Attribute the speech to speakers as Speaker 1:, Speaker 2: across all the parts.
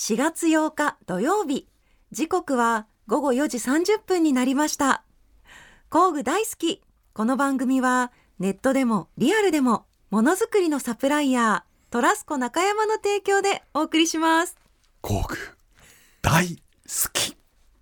Speaker 1: 4月8日土曜日、時刻は午後4時30分になりました。工具大好き。この番組はネットでもリアルでもものづくりのサプライヤートラスコ中山の提供でお送りします。
Speaker 2: 工具大好き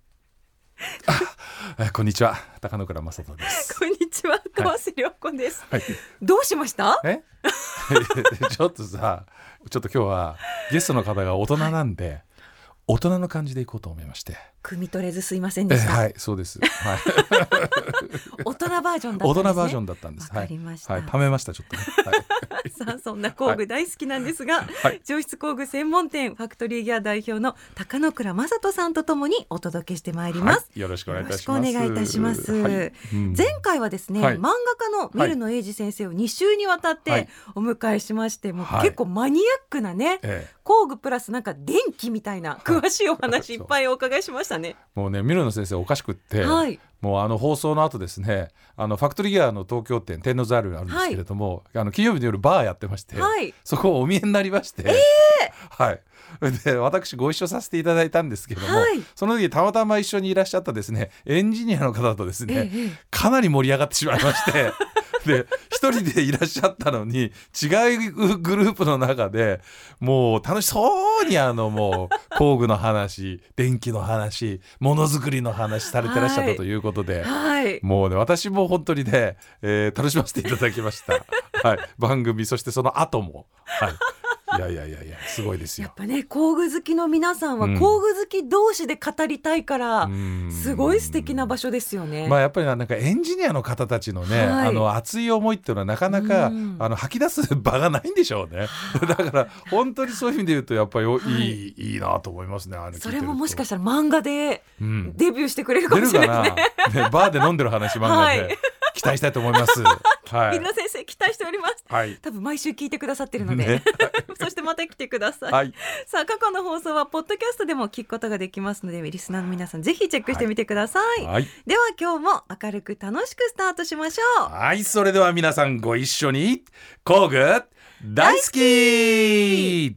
Speaker 2: こんにちは、高野倉正人です。
Speaker 1: こんにちは、川瀬良子です、
Speaker 2: はい、
Speaker 1: どうしました？
Speaker 2: ちょっと今日はゲストの方が大人なんで、大人の感じでいこうと思いまして。
Speaker 1: 汲み取れずすいませんでした。
Speaker 2: はい、そうです、はい、
Speaker 1: 大人バージョンだったんですね。
Speaker 2: 大人バージョンだったんです。
Speaker 1: わかりました、
Speaker 2: はい、ためましたちょっとね、はい、
Speaker 1: さあ、そんな工具大好きなんですが、
Speaker 2: はい、
Speaker 1: 上質工具専門店ファクトリーギア代表の高野倉正人さんとともにお届けしてまいります、
Speaker 2: はい、よろしくお願いいたします。
Speaker 1: よろしくお願いいたします、
Speaker 2: はい
Speaker 1: 前回はですね、
Speaker 2: はい、
Speaker 1: 漫画家のミルノ英二先生を2週にわたってお迎えしまして、もう結構マニアックなね、工具プラスなんか電気みたいな詳しいお話いっぱいお伺いしましたね。
Speaker 2: もうね、ミルノ先生おかしくって、もう放送の後ですね、ファクトリーギアの東京店天王洲あるあるんですけれども、金曜日の夜バーやってまして、そこをお見えになりまして、はい、で私ご一緒させていただいたんですけども、その時たまたま一緒にいらっしゃったですねエンジニアの方とですね、かなり盛り上がってしまいましてで一人でいらっしゃったのに違うグループの中でもう楽しそうにもう工具の話、電気の話、ものづくりの話されてらっしゃったということで、もうね、私も本当にね、楽しませていただきました、はい、番組、そしてその後も、いやすごいですよ。
Speaker 1: やっぱね、工具好きの皆さんは工具好き同士で語りたいから、すごい素敵な場所ですよね。
Speaker 2: やっぱりなんかエンジニアの方たちのね、熱い思いっていうのはなかなか吐き出す場がないんでしょうね。だから本当にそういう意味で言うとやっぱりいいなと思いますね。
Speaker 1: それももしかしたら漫画でデビューしてくれるかもしれないですね。
Speaker 2: バーで飲んでる話、漫画で期待したいと思います。
Speaker 1: みんな先生期待しております、多分毎週聞いてくださってるので、そしてまた来てください、さあ、過去の放送はポッドキャストでも聞くことができますので、リスナーの皆さんぜひチェックしてみてください、では今日も明るく楽しくスタートしましょう。
Speaker 2: はい、それでは皆さんご一緒に工具大好き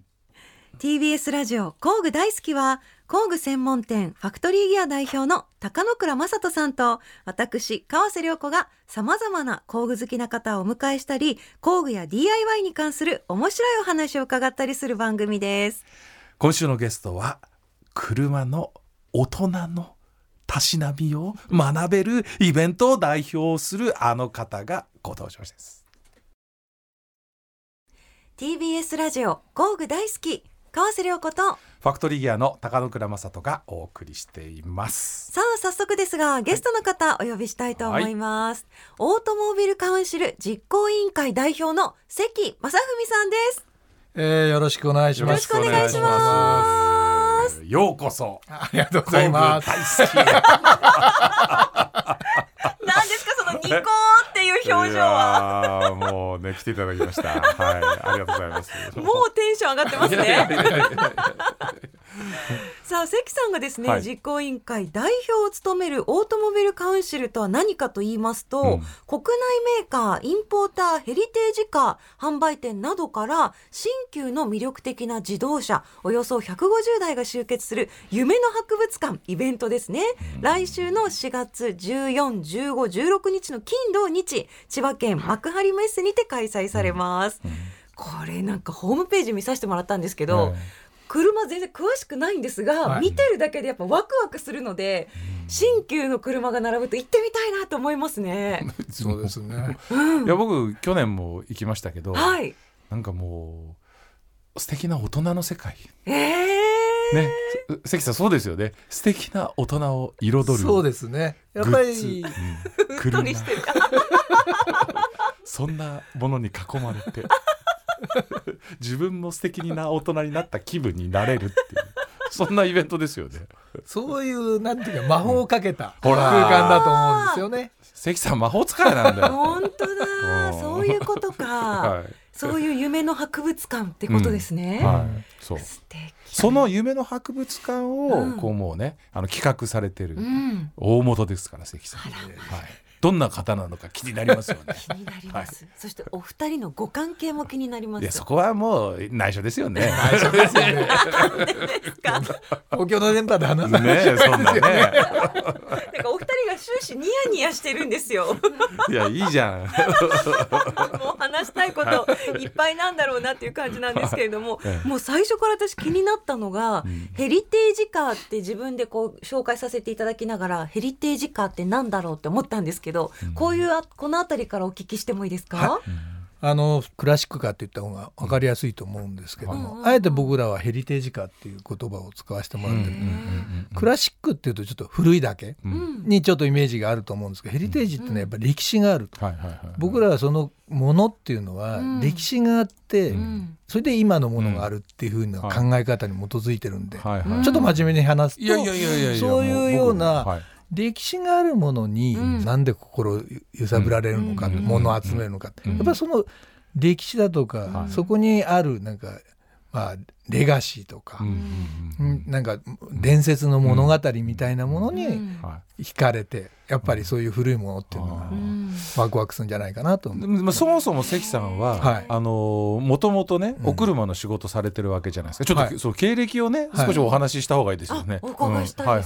Speaker 1: TBS ラジオ工具大好きは工具専門店ファクトリーギア代表の高野倉正人さんと私川瀬良子がさまざまな工具好きな方をお迎えしたり、工具や DIY に関する面白いお話を伺ったりする番組です。
Speaker 2: 今週のゲストは車の大人のたしなみを学べるイベントを代表するあの方がご登場です。
Speaker 1: TBS ラジオ工具大好き川瀬良子と
Speaker 2: ファクトリーギアの高野倉正人がお送りしています。
Speaker 1: さあ、早速ですがゲストの方お呼びしたいと思います、オートモービルカウンシル実行委員会代表の関正文さんです。
Speaker 3: よろしくお願いします。
Speaker 1: よろしくお願いします。
Speaker 2: ようこそ。
Speaker 3: ありがとうございます。
Speaker 2: 大好き
Speaker 1: 何ですかそのニコーっていう表情は。
Speaker 2: もうね、来ていただきました。はい、ありがとうございます。
Speaker 1: もうテンション上がってますね。さあ、関さんがですね、実行委員会代表を務めるオートモビルカウンシルとは何かと言いますと、国内メーカー、インポーター、ヘリテージカー販売店などから新旧の魅力的な自動車およそ150台が集結する夢の博物館イベントですね、来週の4月14、15、16日の金土日、千葉県幕張メッセにて開催されます、これなんかホームページ見させてもらったんですけど、車全然詳しくないんですが、見てるだけでやっぱワクワクするので、新旧の車が並ぶと行ってみたいなと思いますね。
Speaker 3: そうですね、
Speaker 2: いや僕去年も行きましたけど、なんかもう素敵な大人の世界、ね、関さんそうですよね、素敵な大人を彩る。
Speaker 3: そうですね、やっぱり
Speaker 2: 車そんなものに囲まれて自分も素敵な大人になった気分になれるっていうそんなイベントですよね。
Speaker 3: そういうなんていうか魔法をかけた空間だと思うんですよね。
Speaker 2: 関さん魔法使いなんだよ。
Speaker 1: 本当だ、そういうことか、そういう夢の博物館ってことですね、
Speaker 2: そうその夢の博物館をこうもうね、企画されてる大元ですから関さん、 どんな方なのか気になりますよね。
Speaker 1: 気になります、そしてお二人のご関係も気になります。
Speaker 2: いやそこはもう内緒ですよね。
Speaker 3: 内緒ですよね。公共の電波で話さないですよね。
Speaker 2: そんなね。
Speaker 1: なんかお二人が終始ニヤニヤしてるんですよ。
Speaker 2: いやいいじゃん。
Speaker 1: もう話したいこといっぱいなんだろうなっていう感じなんですけれども、もう最初から私気になったのが、ヘリテージカーって自分でこう紹介させていただきながら、ヘリテージカーってなんだろうって思ったんですけど、このあたりからお聞きしてもいいですか？
Speaker 3: はい、クラシックカーって言った方が分かりやすいと思うんですけども、あえて僕らはヘリテージカーっていう言葉を使わせてもらってる、クラシックっていうとちょっと古いだけにちょっとイメージがあると思うんですけど、ヘリテージってねやっぱり歴史があると、僕らはそのものっていうのは歴史があって、それで今のものがあるっていう風な考え方に基づいてるんで、ちょっと真面目に話すとそういうような歴史があるものになんで心を揺さぶられるのか、物を集めるのか、やっぱりその歴史だとか、そこにあるなんか、レガシーとか、なんか伝説の物語みたいなものに惹かれて、やっぱりそういう古いものっていうのがワクワクするんじゃないかなと思う。
Speaker 2: そもそも関さんはもともとねお車の仕事されてるわけじゃないですか。ちょっとその経歴をね少しお話しした方がいいですよね。
Speaker 1: お伺いしたいです。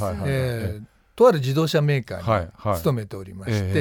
Speaker 3: とある自動車メーカーに勤めておりまして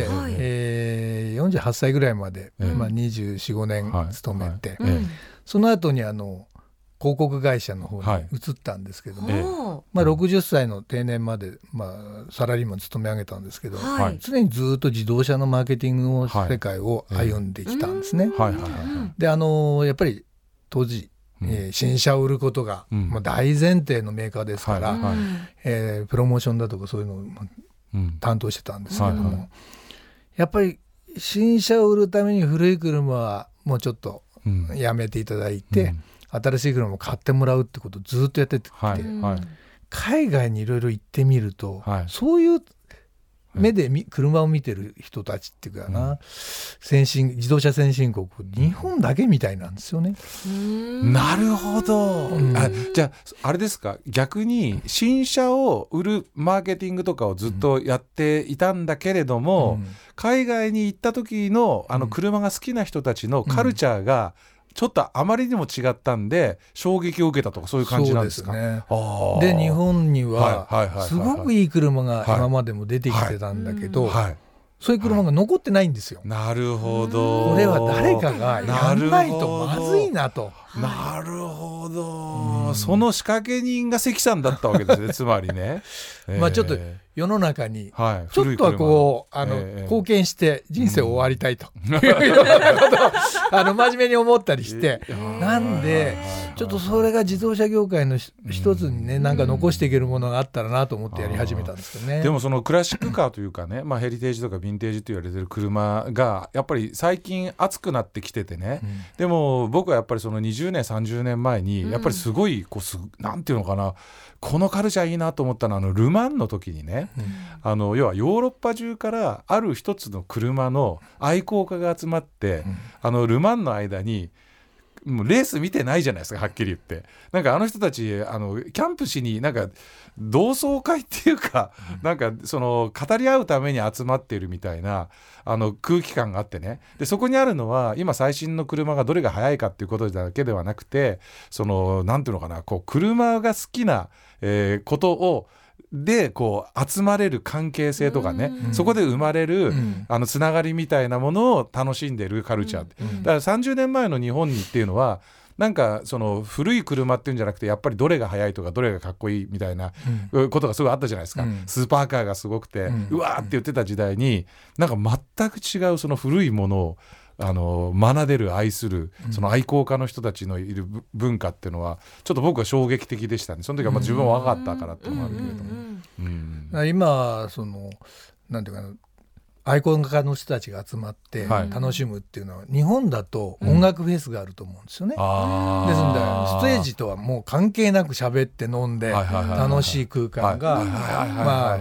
Speaker 3: 、48歳ぐらいまで、24、5年勤めて、その後に広告会社の方に移ったんですけども、60歳の定年まで、サラリーマン勤め上げたんですけど、常にずっと自動車のマーケティングの世界を歩んできたんですね。でやっぱり当時新車を売ることが大前提のメーカーですから、プロモーションだとかそういうのを担当してたんですけども、やっぱり新車を売るために古い車はもうちょっとやめていただいて、新しい車を買ってもらうってことをずっとやってて、海外にいろいろ行ってみると、そういう目で車を見てる人たちっていうかな、自動車先進国日本だけみたいなんですよね。
Speaker 2: なるほど、じゃああれですか、逆に新車を売るマーケティングとかをずっとやっていたんだけれども、海外に行った時の車が好きな人たちのカルチャーがちょっとあまりにも違ったんで衝撃を受けたとか、そういう感じなんですか？
Speaker 3: そうですね。で日本にはすごくいい車が今までも出てきてたんだけど、そういう車が残ってないんですよ。
Speaker 2: なるほど。
Speaker 3: これは誰かがやんないとまずいなと。
Speaker 2: なるほど、その仕掛け人が関さんだったわけですね。つまりね、
Speaker 3: ちょっと世の中にちょっとはこう貢献して人生を終わりたいというようなことを真面目に思ったりして、なんでちょっとそれが自動車業界の一つにね、なんか残していけるものがあったらなと思ってやり始めたんですけどね。
Speaker 2: でもそのクラシックカーというかね、ヘリテージとかヴィンテージと言われてる車がやっぱり最近熱くなってきててね、でも僕はやっぱりその20年30年前にやっぱりすごいなんていうのかな、このカルチャーいいなと思ったのはルマンの時にね、要はヨーロッパ中からある一つの車の愛好家が集まって、ルマンの間にもうレース見てないじゃないですか、はっきり言って。なんか人たちキャンプしになんか同窓会っていうか、なんかその語り合うために集まっているみたいな空気感があってね。でそこにあるのは今最新の車がどれが速いかっていうことだけではなくて、そのなんていうのかな、車が好きな、ことをで集まれる関係性とかね、そこで生まれる、つながりみたいなものを楽しんでいるカルチャー、だから30年前の日本にっていうのはなんかその古い車っていうんじゃなくて、やっぱりどれが速いとかどれがかっこいいみたいなことがすごいあったじゃないですか、スーパーカーがすごくて、うわーって言ってた時代に、なんか全く違うその古いものを学べる、愛するその愛好家の人たちのいる文化っていうのはちょっと僕は衝撃的でしたね。その時は自分は若かったからっていうのもあるけれども、
Speaker 3: 今そのなんていうかな、愛好家の人たちが集まって楽しむっていうのは、日本だと音楽フェスがあると思うんですよね。ですのでステージとはもう関係なく喋って飲んで楽しい空間が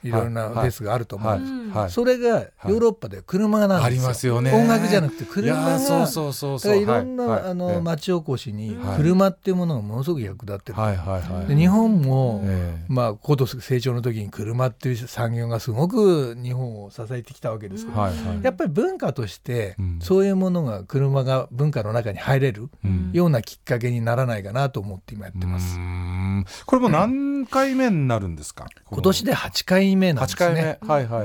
Speaker 3: いろんなフェスがあると思うんです、それがヨーロッパで車なんですよ、
Speaker 2: ありますよね。
Speaker 3: 音楽じゃなくて車が、
Speaker 2: だから
Speaker 3: いろんな、町おこしに車っていうものがものすごく役立ってる、で日本も、高度成長の時に車っていう産業がすごく日本を支えてきたわけですけど、やっぱり文化としてそういうものが車が文化の中に入れるようなきっかけにならないかなと思って今やってます。
Speaker 2: これも何回目になるんですか？
Speaker 3: 今年で8回目なんですね。
Speaker 2: 8回目、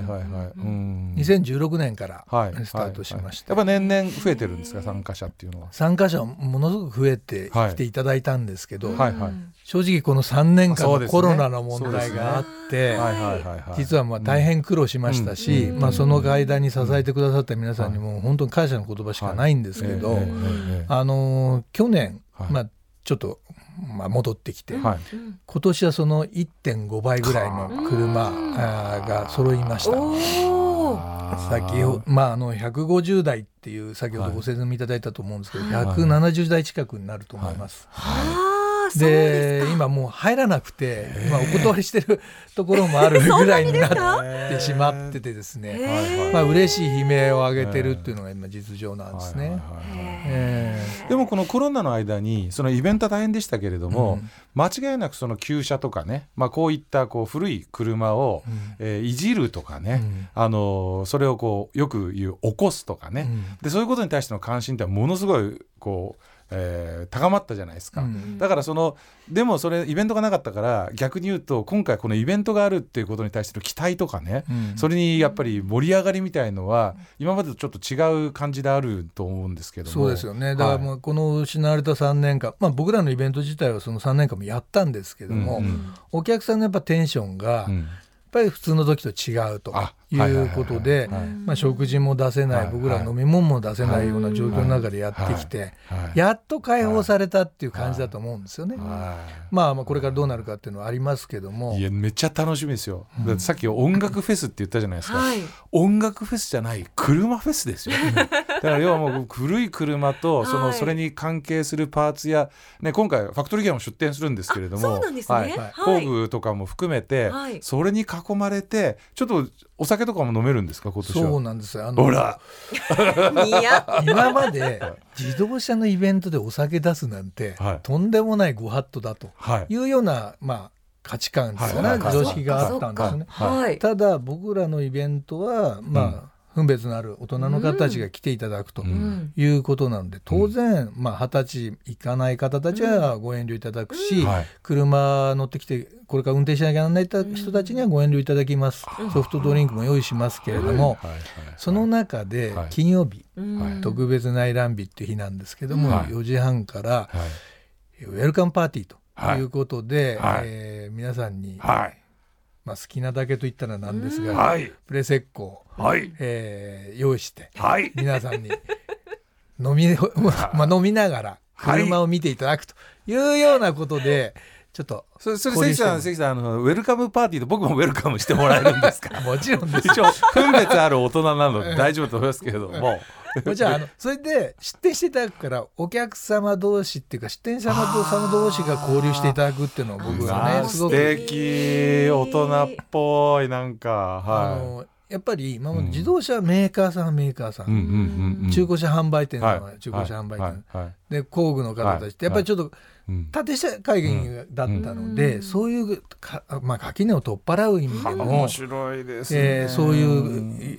Speaker 3: 2016年からスタートしました。
Speaker 2: やっぱ年々増えてるんですか、参加者っていうのは？
Speaker 3: 参加者はものすごく増えてきていただいたんですけど、正直この3年間のコロナの問題があって、実は大変苦労しましたし、その間に支えてくださった皆さんにも本当に感謝の言葉しかないんですけど、去年、ちょっと戻ってきて、今年はその 1.5 倍ぐらいの車が揃いました。150台っていう先ほどご説明いただいたと思うんですけど、170台近くになると思います。で今もう入らなくて、お断りしてるところもあるぐらいになってしまっててですね、嬉しい悲鳴を上げてるっていうのが今実情なんですね。
Speaker 2: でもこのコロナの間にそのイベントは大変でしたけれども、間違いなくその旧車とかね、こういった古い車を、いじるとかね、それをよく言う起こすとかね、でそういうことに対しての関心ってものすごい高まったじゃないですか、だからでもそれイベントがなかったから、逆に言うと今回このイベントがあるっていうことに対しての期待とかね、それにやっぱり盛り上がりみたいのは今までとちょっと違う感じであると思うんですけども。
Speaker 3: そうですよね。だからもうこの失われた3年間、僕らのイベント自体はその3年間もやったんですけども、お客さんのやっぱテンションが、やっぱり普通の時と違うということで、食事も出せない、僕ら飲み物も出せないような状況の中でやってきて、やっと解放されたっていう感じだと思うんですよね。これからどうなるかっていうのはありますけども、
Speaker 2: いやめっちゃ楽しみですよ。だってさっき音楽フェスって言ったじゃないですか、音楽フェスじゃない車フェスですよだから要はもう古い車とそれに関係するパーツや、今回ファクトリーギアも出展するんですけれども、工具とかも含めて、それに囲まれて、ちょっとお酒とかも飲めるんですか今年は？そうなんですよ。ほら
Speaker 3: 今まで自動車のイベントでお酒出すなんて、とんでもないご法度だというような、価値観ですよね、常識があったんですね。ただ僕らのイベントは分別のある大人の方たちが来ていただくということなので、当然20歳いかない方たちはご遠慮いただくし、車乗ってきてこれから運転しなきゃならない人たちにはご遠慮いただきます。ソフトドリンクも用意しますけれども、その中で金曜日、特別内覧日っていう日なんですけども、4時半からウェルカムパーティーということで、皆さんに好きなだけと言ったらなんですが、プレセッコを、用意して、皆さんに飲みながら車を見ていただくというようなことで、ちょっと
Speaker 2: それ関さんウェルカムパーティーで僕もウェルカムしてもらえるんですか？
Speaker 3: もちろんです。
Speaker 2: 一応分別ある大人なので大丈夫と思いますけれども
Speaker 3: じゃあそれで出店していただくから、お客様同士っていうか出店者様同士が交流していただくっていうのを僕はね、すごく
Speaker 2: 素敵、大人っぽい、なんか、
Speaker 3: やっぱり今まで自動車メーカーさん、中古車販売店は中古車販売店で、工具の方たちってやっぱりちょっと縦社会議だったので、そういう垣根を取っ払う意味でも
Speaker 2: 面白いですね。
Speaker 3: そういう、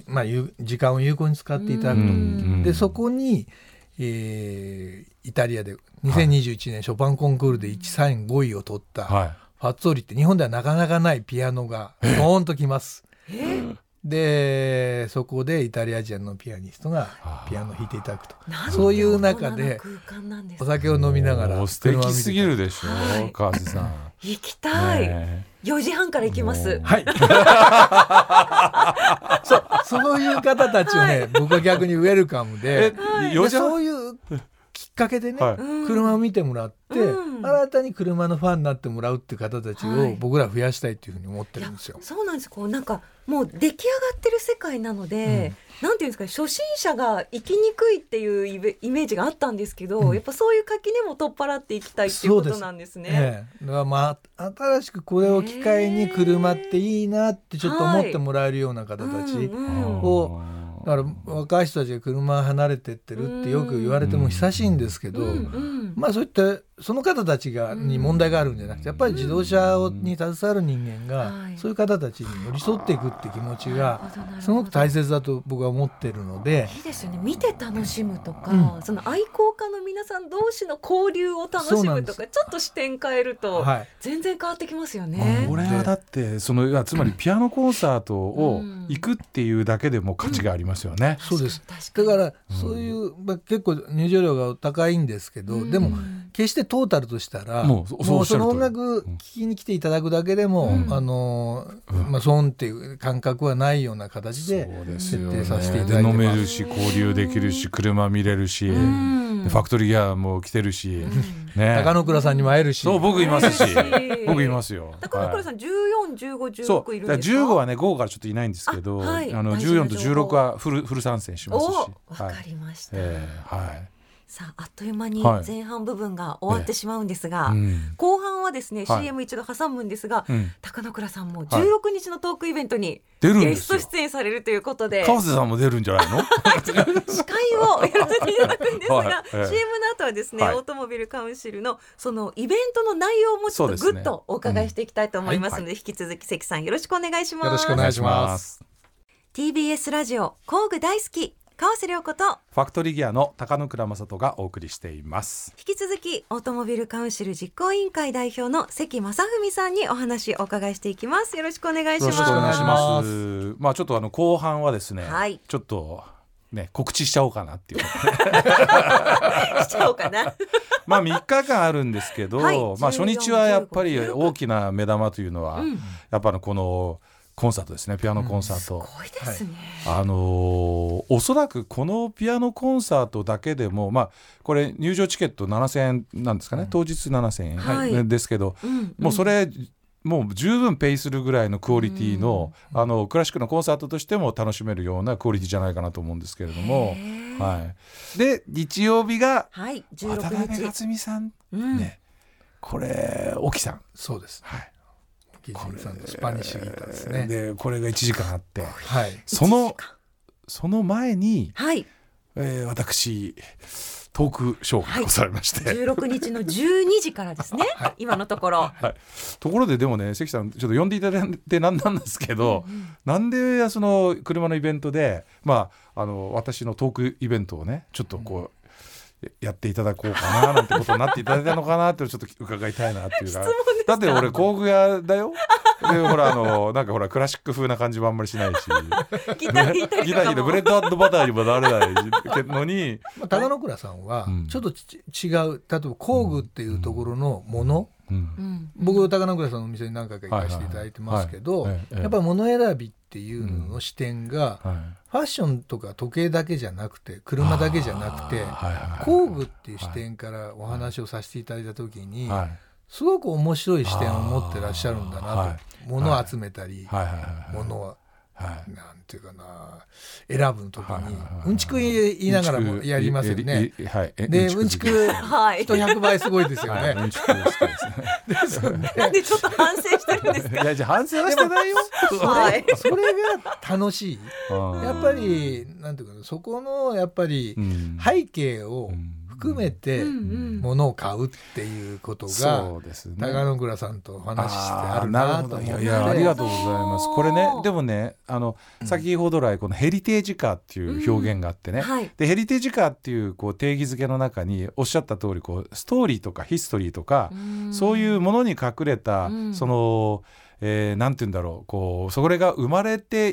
Speaker 3: 時間を有効に使っていただくと。でそこに、イタリアで2021年ショパンコンクールで1、3、5位を取ったファッツォリって日本ではなかなかないピアノがドーンときます。でそこでイタリア人のピアニストがピアノを弾いていただくと、そういう中でお酒を飲みながら、
Speaker 2: 素敵すぎるでしょ、川瀬さん。
Speaker 1: 行きたい、4時半から行きます。
Speaker 3: そういう方たちをね、僕は逆にウェルカムで、そういうきっかけでね、車を見てもらって、 て、新たに車のファンになってもらうっていう方たちを僕ら増やしたいっていうふうに思ってるんですよ。
Speaker 1: そうなんです。なんかもう出来上がってる世界なので、なんていうんですか、初心者が生きにくいっていうイメージがあったんですけど、やっぱそういう垣根も取っ払っていきたいっていうことなんですね。
Speaker 3: だから新しくこれを機会に車っていいなってちょっと思ってもらえるような方たちを、だから若い人たちが車離れてってるってよく言われても久しいんですけど、そういったその方たちに問題があるんじゃなくて、やっぱり自動車に携わる人間がそういう方たちに寄り添っていくって気持ちがすごく大切だと僕は思ってるので。
Speaker 1: いいですよね。見て楽しむとか、その愛好家の皆さん同士の交流を楽しむとか、ちょっと視点変えると全然変わってきますよね。
Speaker 2: これはだってつまりピアノコンサートを行くっていうだけでも価値がありますよね。
Speaker 3: そうです。だからそういう、結構入場料が高いんですけど、でも決してトータルとしたらもうその音楽聴きに来ていただくだけでも、損っていう感覚はないような形で設定させていただいてます。
Speaker 2: 飲めるし交流できるし車見れるし、ファクトリーギアも来てるし、
Speaker 3: 高野倉さんにも会えるし。
Speaker 2: そう、僕いますし僕いますよ。
Speaker 1: 高野倉さん14、15、16いるんですか。
Speaker 2: 15はね午後からちょっといないんですけど、14と16はフル参戦しますし。
Speaker 1: わかりました。さあ、あっという間に前半部分が終わってしまうんですが、後半はですね、CM 一度挟むんですが、高野倉さんも16日のトークイベントにゲスト出演されるということで、
Speaker 2: 川瀬さんも出るんじゃないの？
Speaker 1: 司会をやらせていただくんですが、CM の後はですね、オートモビルカウンシルのそのイベントの内容もちょっとぐっとお伺いしていきたいと思いますので、引き続き関さんよろしくお願いします。
Speaker 3: よろしくお願いします。
Speaker 1: TBS ラジオ工具大好き川瀬良子と
Speaker 2: ファクトリーギアの高野倉正人がお送りしています。
Speaker 1: 引き続きオートモビルカウンシル実行委員会代表の関正文さんにお話をお伺いしていきます。よろしくお願いします。
Speaker 2: よろしくお願いします。ちょっと後半はですね、ちょっとね告知しちゃおうかなっていうし
Speaker 1: ちゃおうかな
Speaker 2: 3日間あるんですけど、初日はやっぱり大きな目玉というのは、やっぱこのコンサートですね。ピアノコンサート、
Speaker 1: すごいですね。
Speaker 2: おそらくこのピアノコンサートだけでも、これ入場チケット7000円なんですかね、当日7000円、ですけど、もうそれもう十分ペイするぐらいのクオリティの、クラシックのコンサートとしても楽しめるようなクオリティじゃないかなと思うんですけれども、で日曜日が、渡辺克美さん、これ沖さん。
Speaker 3: そうです、スパニッシュギターですね。
Speaker 2: でこれが1時間あって、その前に、私トークショーがございまして、
Speaker 1: 16日の12時からですね、今のところ、
Speaker 2: ところででもね、関さんちょっと呼んでいただいてなんなんですけど、なんでその車のイベントで、私のトークイベントをねちょっとこう、やっていただこうかななんてことになっていただいたのかなってちょっと伺いたいなっていうかだって俺工具屋だよ。でほらなんかほらクラシック風な感じもあんまりしないし
Speaker 1: ギター弾いたりとかも
Speaker 2: ブレッド&バターにもなれないのに
Speaker 3: 高野倉さんはちょっと違う、例えば工具っていうところのもの、僕高野倉さんのお店に何回か行かせていただいてますけど、やっぱり物選びっていうのの視点が、ファッションとか時計だけじゃなくて車だけじゃなくて、工具っていう視点からお話をさせていただいた時に、すごく面白い視点を持ってらっしゃるんだなと。物を集めたり、物をなんていうかな、選ぶ時にうんちく言いながらもやりますよね。でうんちく人100倍すごいですよね。
Speaker 2: うんちく好きですね。
Speaker 1: なんでちょっと反省してるんですか。
Speaker 2: いや、じゃあ反省はしてないよ。
Speaker 3: それが楽しい。やっぱりなんていうか、そこのやっぱり背景を含めて物を買うっていうことが、高野倉さんとお話ししてあるなと思って。
Speaker 2: いや、ありがとうございます。これね、でもね、先ほど来このヘリテージカーっていう表現があってね、でヘリテージカーっていう定義づけの中におっしゃった通り、ストーリーとかヒストリーとか、そういうものに隠れたそのなんていうんだろう、それが生まれてき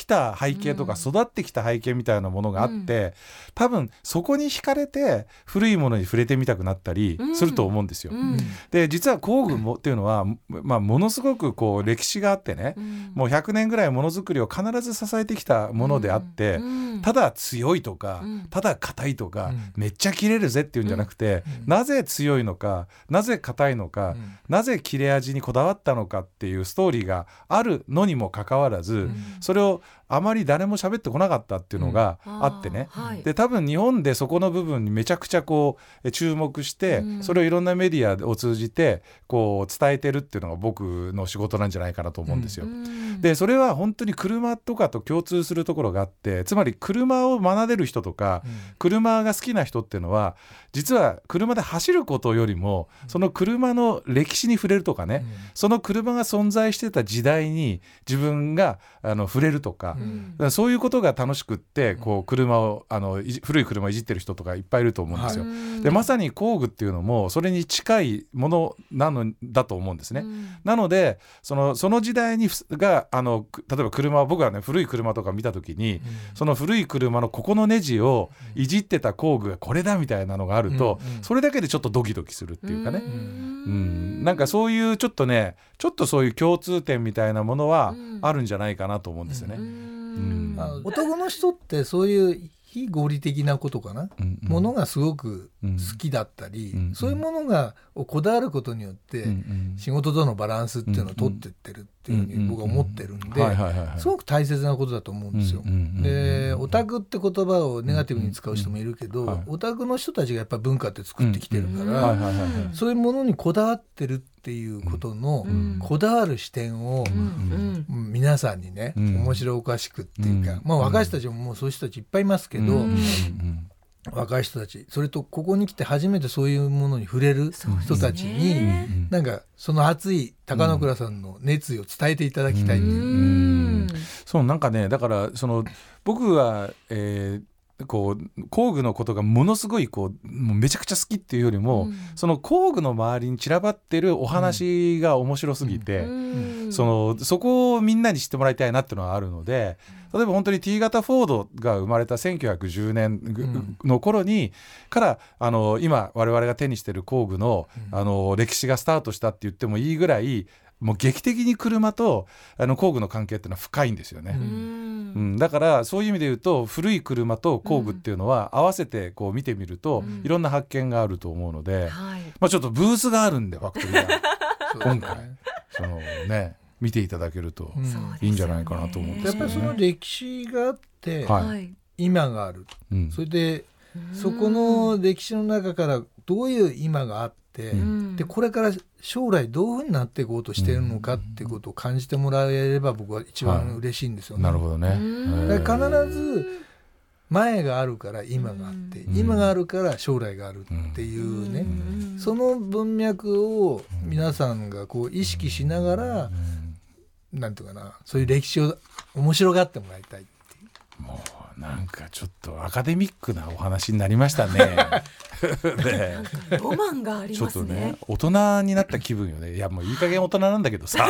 Speaker 2: た背景とか育ってきた背景みたいなものがあって、多分そこに惹かれて古いものに触れてみたくなったりすると思うんですよ。で実は工具もっていうのは、ものすごくこう歴史があってね、もう100年ぐらいものづくりを必ず支えてきたものであって、ただ強いとか、ただ硬いとか、めっちゃ切れるぜっていうんじゃなくて、なぜ強いのか、なぜ硬いのか、なぜ切れ味にこだわったのかっていうストーリーがあるのにもかかわらず、それをあまり誰も喋ってこなかったっていうのがあってね、で多分日本でそこの部分にめちゃくちゃこう注目して、それをいろんなメディアを通じてこう伝えてるっていうのが僕の仕事なんじゃないかなと思うんですよ。でそれは本当に車とかと共通するところがあって、つまり車を学べる人とか、車が好きな人っていうのは実は車で走ることよりもその車の歴史に触れるとかね、その車が存在してた時代に自分が触れるとか、そういうことが楽しくってこう車を古い車をいじってる人とかいっぱいいると思うんですよ。でまさに工具っていうのもそれに近いものだと思うんですね。なのでその時代にが例えば車を僕はね古い車とか見た時に、その古い車のここのネジをいじってた工具がこれだみたいなのがあると、それだけでちょっとドキドキするっていうかね、なんかそういうちょっとそういう共通点みたいなものはあるんじゃないかなと思うんですよね。
Speaker 3: 男の人ってそういう非合理的なことかな、ものがすごく好きだったり、そういうものがこだわることによって仕事とのバランスっていうのを取ってってるっていうふうに僕は思ってるんで、すごく大切なことだと思うんですよ。でオタクって言葉をネガティブに使う人もいるけど、オタクの人たちがやっぱ文化って作ってきてるから、そういうものにこだわってるっていうことのこだわる視点を皆さんにね、面白おかしくっていうか、若い人たちももうそういう人たちいっぱいいますけど、若い人たち、それとここに来て初めてそういうものに触れる人たちに、なんかその熱い高野倉さんの熱意を伝えていただきたい。
Speaker 2: そうなんかね、だから僕はこう工具のことがものすごいもうめちゃくちゃ好きっていうよりも、その工具の周りに散らばってるお話が面白すぎて、そこをみんなに知ってもらいたいなっていうのはあるので、例えば本当に T 型フォードが生まれた1910年の頃にから今我々が手にしてる工具の歴史がスタートしたって言ってもいいぐらい、もう劇的に車と工具の関係っていうのは深いんですよね。だからそういう意味で言うと、古い車と工具っていうのは合わせてこう見てみると、いろんな発見があると思うので、ちょっとブースがあるんでファクトリーが今回見ていただけるといいんじゃないかなと思うんですけどね。
Speaker 3: やっぱりその歴史があって、今がある、それでそこの歴史の中からどういう今があって、でこれから将来どういうふうになっていこうとしているのかっていうことを感じてもらえれば僕は一番嬉しいんですよね。
Speaker 2: なるほどね。
Speaker 3: だから必ず前があるから今があって、今があるから将来があるっていうね、その文脈を皆さんがこう意識しながら、なんていうかな、そういう歴史を面白がってもらいたいっていう。
Speaker 2: もうなんかちょっとアカデミックなお話になりましたね。
Speaker 1: ロマンがありますね。ちょっとね、
Speaker 2: 大人になった気分よね。いやもういい加減大人なんだけどさ。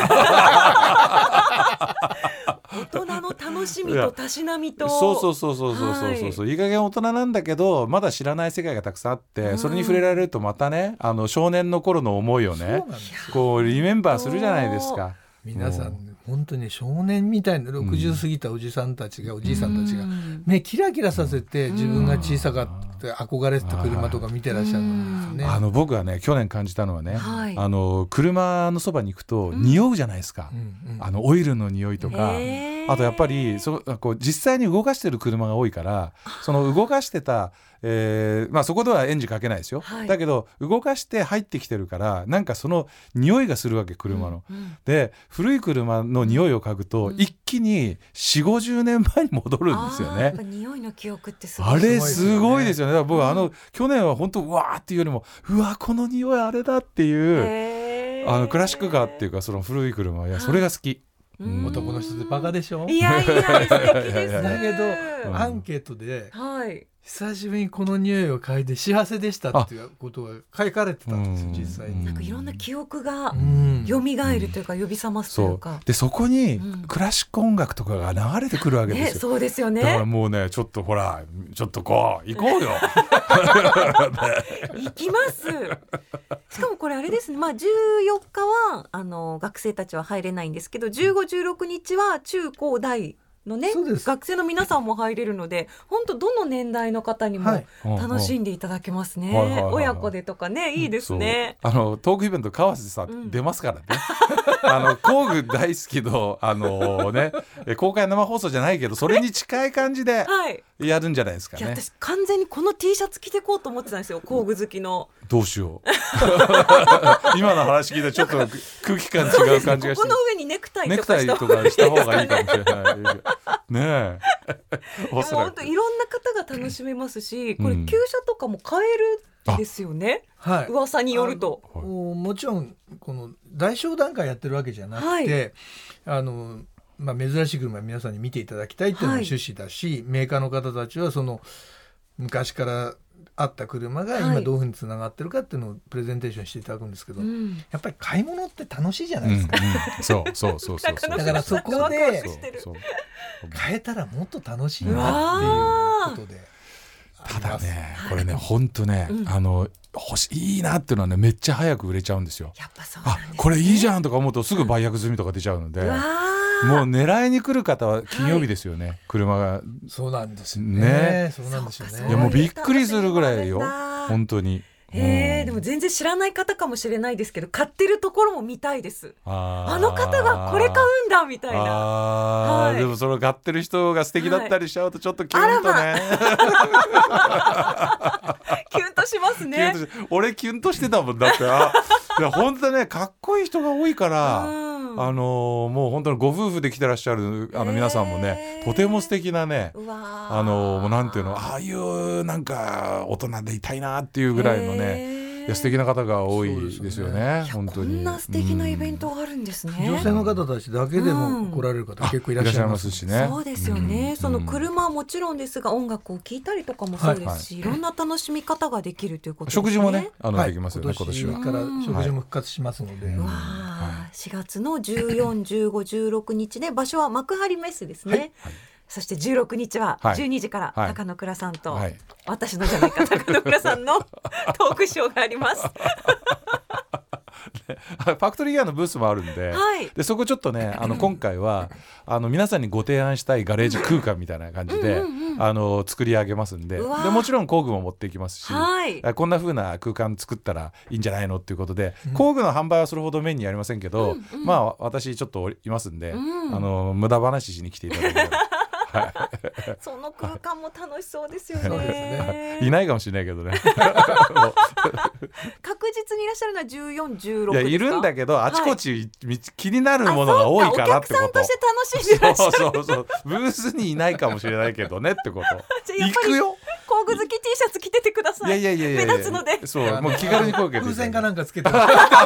Speaker 1: 大人の楽しみとたしなみと、
Speaker 2: そういい加減大人なんだけど、まだ知らない世界がたくさんあって、それに触れられるとまたね、少年の頃の思いをね、こうリメンバーするじゃないですか。
Speaker 3: 皆さん本当に少年みたいな60過ぎたおじさんたちが、おじいさんたちが目キラキラさせて、自分が小さかった憧れてた車とか見てらっしゃるんですよね。僕はね去年感じたのはね、車のそばに行くと匂うじゃないですか、オイルの匂いとか、あとやっぱりこう実際に動かしてる車が多いから、その動かしてたそこではエンジンかけないですよ、だけど動かして入ってきてるから、なんかその匂いがするわけ、車の、で古い車の匂いを嗅ぐと、一気に 40,50 年前に戻るんですよね。
Speaker 1: やっぱ匂いの記憶ってすごい、
Speaker 2: あれすごいですよね。だから僕去年は本当うわーっていうよりも、うわこの匂いあれだっていう、クラシックカーっていうか、その古い車、いやそれが好き。
Speaker 3: 男の人ってバカでしょ。
Speaker 1: いや素敵です。
Speaker 3: だけどアンケートで久しぶりにこの匂いを嗅いで幸せでしたっていうことが書かれてたんですよ、実際に。
Speaker 1: なんかいろんな記憶が蘇るというか、呼び覚ますというか、
Speaker 2: でそこにクラシック音楽とかが流れてくるわけですよ、
Speaker 1: そうですよね。
Speaker 2: だからもうね、ちょっとほら、ちょっとこう行こうよ
Speaker 1: 行きます。しかもこれあれですね、14日は学生たちは入れないんですけど、15、16日は中高大のね、学生の皆さんも入れるので、本当どの年代の方にも楽しんでいただけますね。親子でとかね、いいですね。
Speaker 2: トークイベント川瀬さん出ますからね。工具大好きのね、公開生放送じゃないけど、それに近い感じでやるんじゃないですかね。
Speaker 1: 私完全にこの T シャツ着てこうと思ってたんですよ、工具好きの。
Speaker 2: どうしよう今の話聞いてちょっと空気感違う感じがして、
Speaker 1: ここの上にネクタイと
Speaker 2: かした方がいいかもしれないね
Speaker 1: 本当いろんな方が楽しめますし、これ旧車とかも買えるんですよね、噂によると。
Speaker 3: もちろんこの大商談会やってるわけじゃなくて、珍しい車皆さんに見ていただきたいっていうのが趣旨だし、メーカーの方たちはその昔からあった車が今どういうふうにつながってるかっていうのをプレゼンテーションしていただくんですけど、やっぱり買い物って楽しいじゃないですか。
Speaker 2: そう
Speaker 3: だからそこで買えたらもっと楽しいなっていうことで。
Speaker 2: ただね、これね、本当ね、いいなっていうのはね、めっちゃ早く売れちゃうんですよ。
Speaker 1: やっぱそうなんですね。
Speaker 2: これいいじゃんとか思うとすぐ売約済みとか出ちゃうので、もう狙いに来る方は金曜日ですよね、車が。
Speaker 3: そうなんですね。そうなんですよね。
Speaker 2: いやもうびっくりするぐらいよ、本当に。
Speaker 1: でも全然知らない方かもしれないですけど、買ってるところも見たいです。あの方がこれ買うんだみたいな。
Speaker 2: でもその買ってる人が素敵だったりしちゃうとちょっとキュンとね、
Speaker 1: キュンとしますね。
Speaker 2: 俺キュンとしてたもんだって。いや本当ね、かっこいい人が多いから、もう本当にご夫婦で来てらっしゃる皆さんもね、とても素敵なね、もうなんていうの、ああいうなんか大人でいたいなっていうぐらいのね、素敵な方が多いですよね。本当に
Speaker 1: こんな素敵なイベントがあるんですね。
Speaker 3: 女性の方たちだけでも来られる方結構いらっしゃいます
Speaker 2: しね。
Speaker 1: そうですよね。その車はもちろんですが、音楽を聴いたりとかもそうですし、いろんな楽しみ方ができるということですね。
Speaker 2: 食事もね、できますよね。今年は
Speaker 3: から食事も復活しますので。
Speaker 1: 4月の14、15、16日で、場所は幕張メッセですね。そして16日は12時から高野倉さんと、私のじゃないか、高野倉さんのトークショーがあります
Speaker 2: ファクトリーギアのブースもあるんで、でそこちょっとね、今回は皆さんにご提案したいガレージ空間みたいな感じで作り上げますんで、もちろん工具も持っていきますし、こんな風な空間作ったらいいんじゃないのっていうことで、工具の販売はそれほどメインにやりませんけど、私ちょっといますんで、無駄話しに来ていただければ
Speaker 1: その空間も楽しそうですよね。
Speaker 2: いないかもしれないけどね
Speaker 1: 確実にいらっしゃるのは14、16ですか。
Speaker 2: いるんだけど、あちこち気になるものが多いからってこと。
Speaker 1: お客さんとして楽しんでらっしゃる。
Speaker 2: そうブースにいないかもしれないけどねってこと行くよ。
Speaker 1: 工具好き T シャツ着ててください。目立つので。
Speaker 2: そう、もう気軽に声かけて。
Speaker 3: 風船かなんかつけて。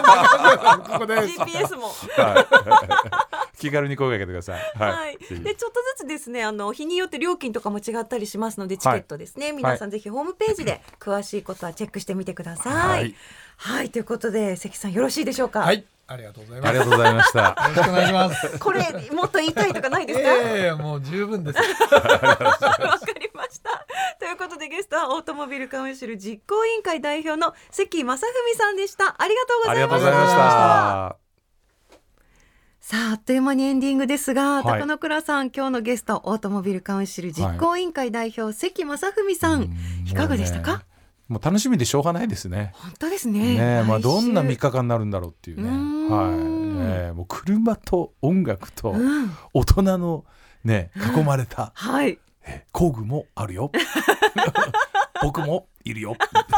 Speaker 1: GPS も。
Speaker 2: 気軽に声かけてください。
Speaker 1: でちょっとずつですね、日によって料金とかも違ったりしますので、チケットですね、皆さんぜひホームページで詳しいことはチェックしてみてください。ということで、関さんよろしいでしょうか。
Speaker 3: はい、ありがとうございます。
Speaker 2: ありがとうございました。
Speaker 3: よろしくお願いします。
Speaker 1: これもっと言いたいとかないですか。
Speaker 3: もう十分です。
Speaker 1: わかりました。ということで、ゲストはオートモビルカウンシル実行委員会代表の関正文さんでした。ありがとうございました。さあ、あっという間にエンディングですが、高野倉さん、今日のゲストオートモビルカウンシル実行委員会代表、関正文さん、いかがでしたか。
Speaker 2: もう楽しみでしょうがないですね。
Speaker 1: 本当ですね。
Speaker 2: どんな3日間になるんだろうっていうね。もう車と音楽と大人のね、囲まれた工具もあるよ。僕もいるよ。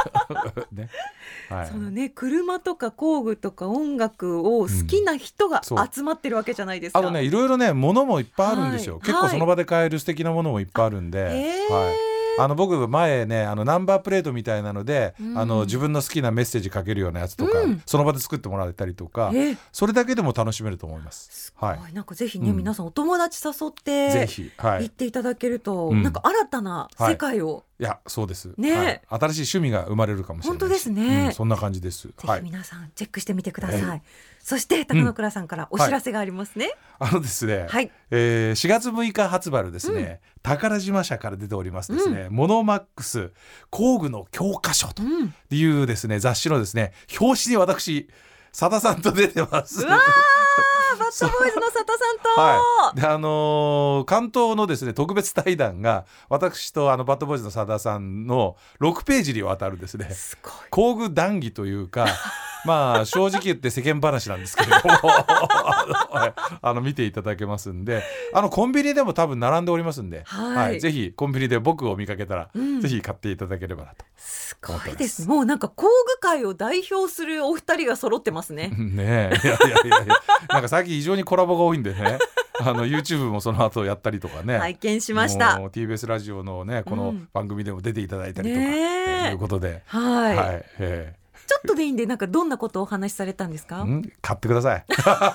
Speaker 1: そのね、車とか工具とか音楽を好きな人が集まってるわけじゃないですか。
Speaker 2: いろいろね、物もいっぱいあるんですよ。結構その場で買える素敵なものもいっぱいあるんで。 僕前ねナンバープレートみたいなので、自分の好きなメッセージ書けるようなやつとか、その場で作ってもらえたりとか、それだけでも楽しめると思います。
Speaker 1: すごい、なんかぜひね、皆さんお友達誘って
Speaker 2: ぜひ、
Speaker 1: 行っていただけると、なんか新たな世界を、
Speaker 2: いやそうです
Speaker 1: ね、
Speaker 2: 新しい趣味が生まれるかもしれない。
Speaker 1: 本当ですね、
Speaker 2: そんな感じです。ぜ
Speaker 1: ひ皆さんチェックしてみてください。そして高野倉さんからお知らせがありますね。
Speaker 2: ですね、4月6日発売のですね、宝島社から出ておりますですね、モノマックス工具の教科書というですね、雑誌のですね表紙に私佐田さんと出てます。
Speaker 1: うわバッドボーイズの佐田さんと、
Speaker 2: で関東のですね特別対談が私とバッドボーイズの佐田さんの6ページにわたるですね、
Speaker 1: すごい
Speaker 2: 工具談義というかまあ正直言って世間話なんですけれども見ていただけますんで、コンビニでも多分並んでおりますんで、ぜひコンビニで僕を見かけたら、ぜひ買っていただければなと。
Speaker 1: すごいですね。もうなんか工具界を代表するお二人が揃ってますね。
Speaker 2: ねえ、いやなんか最近非常にコラボが多いんでねYouTube もその後やったりとかね、
Speaker 1: 拝見しました。
Speaker 2: TBS ラジオのねこの番組でも出ていただいたりとか、いうことで、
Speaker 1: ちょっとでいいんで、なんかどんなことをお話しされたんですか？
Speaker 2: 買ってください。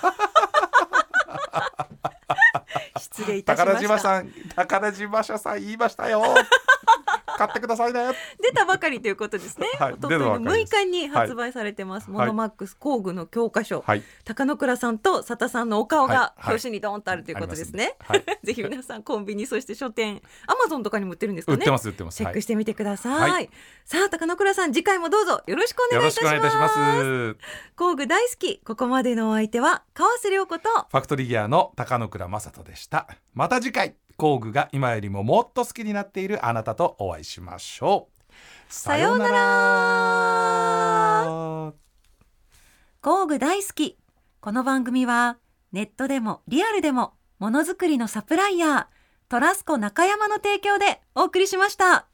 Speaker 1: 失礼いたしました。
Speaker 2: 宝島社さん言いましたよ。買ってくださいね。
Speaker 1: 出たばかりということですね。おとといの6日に発売されてます、モノマックス工具の教科書、高野倉さんと佐田さんのお顔が表紙にドーンとあるということですね。ぜひ皆さんコンビニ、そして書店、Amazon とかにも売ってるんですかね。
Speaker 2: 売ってます。チェ
Speaker 1: ックしてみてください。さあ高野倉さん、次回もどうぞよろしくお願いいたします。工具大好き、ここまでのお相手は川瀬良子と
Speaker 2: ファクトリーギアの高野倉正人でした。また次回、工具が今よりももっと好きになっているあなたとお会いしましょう。
Speaker 1: さようなら。工具大好き。この番組はネットでもリアルでもものづくりのサプライヤートラスコ中山の提供でお送りしました。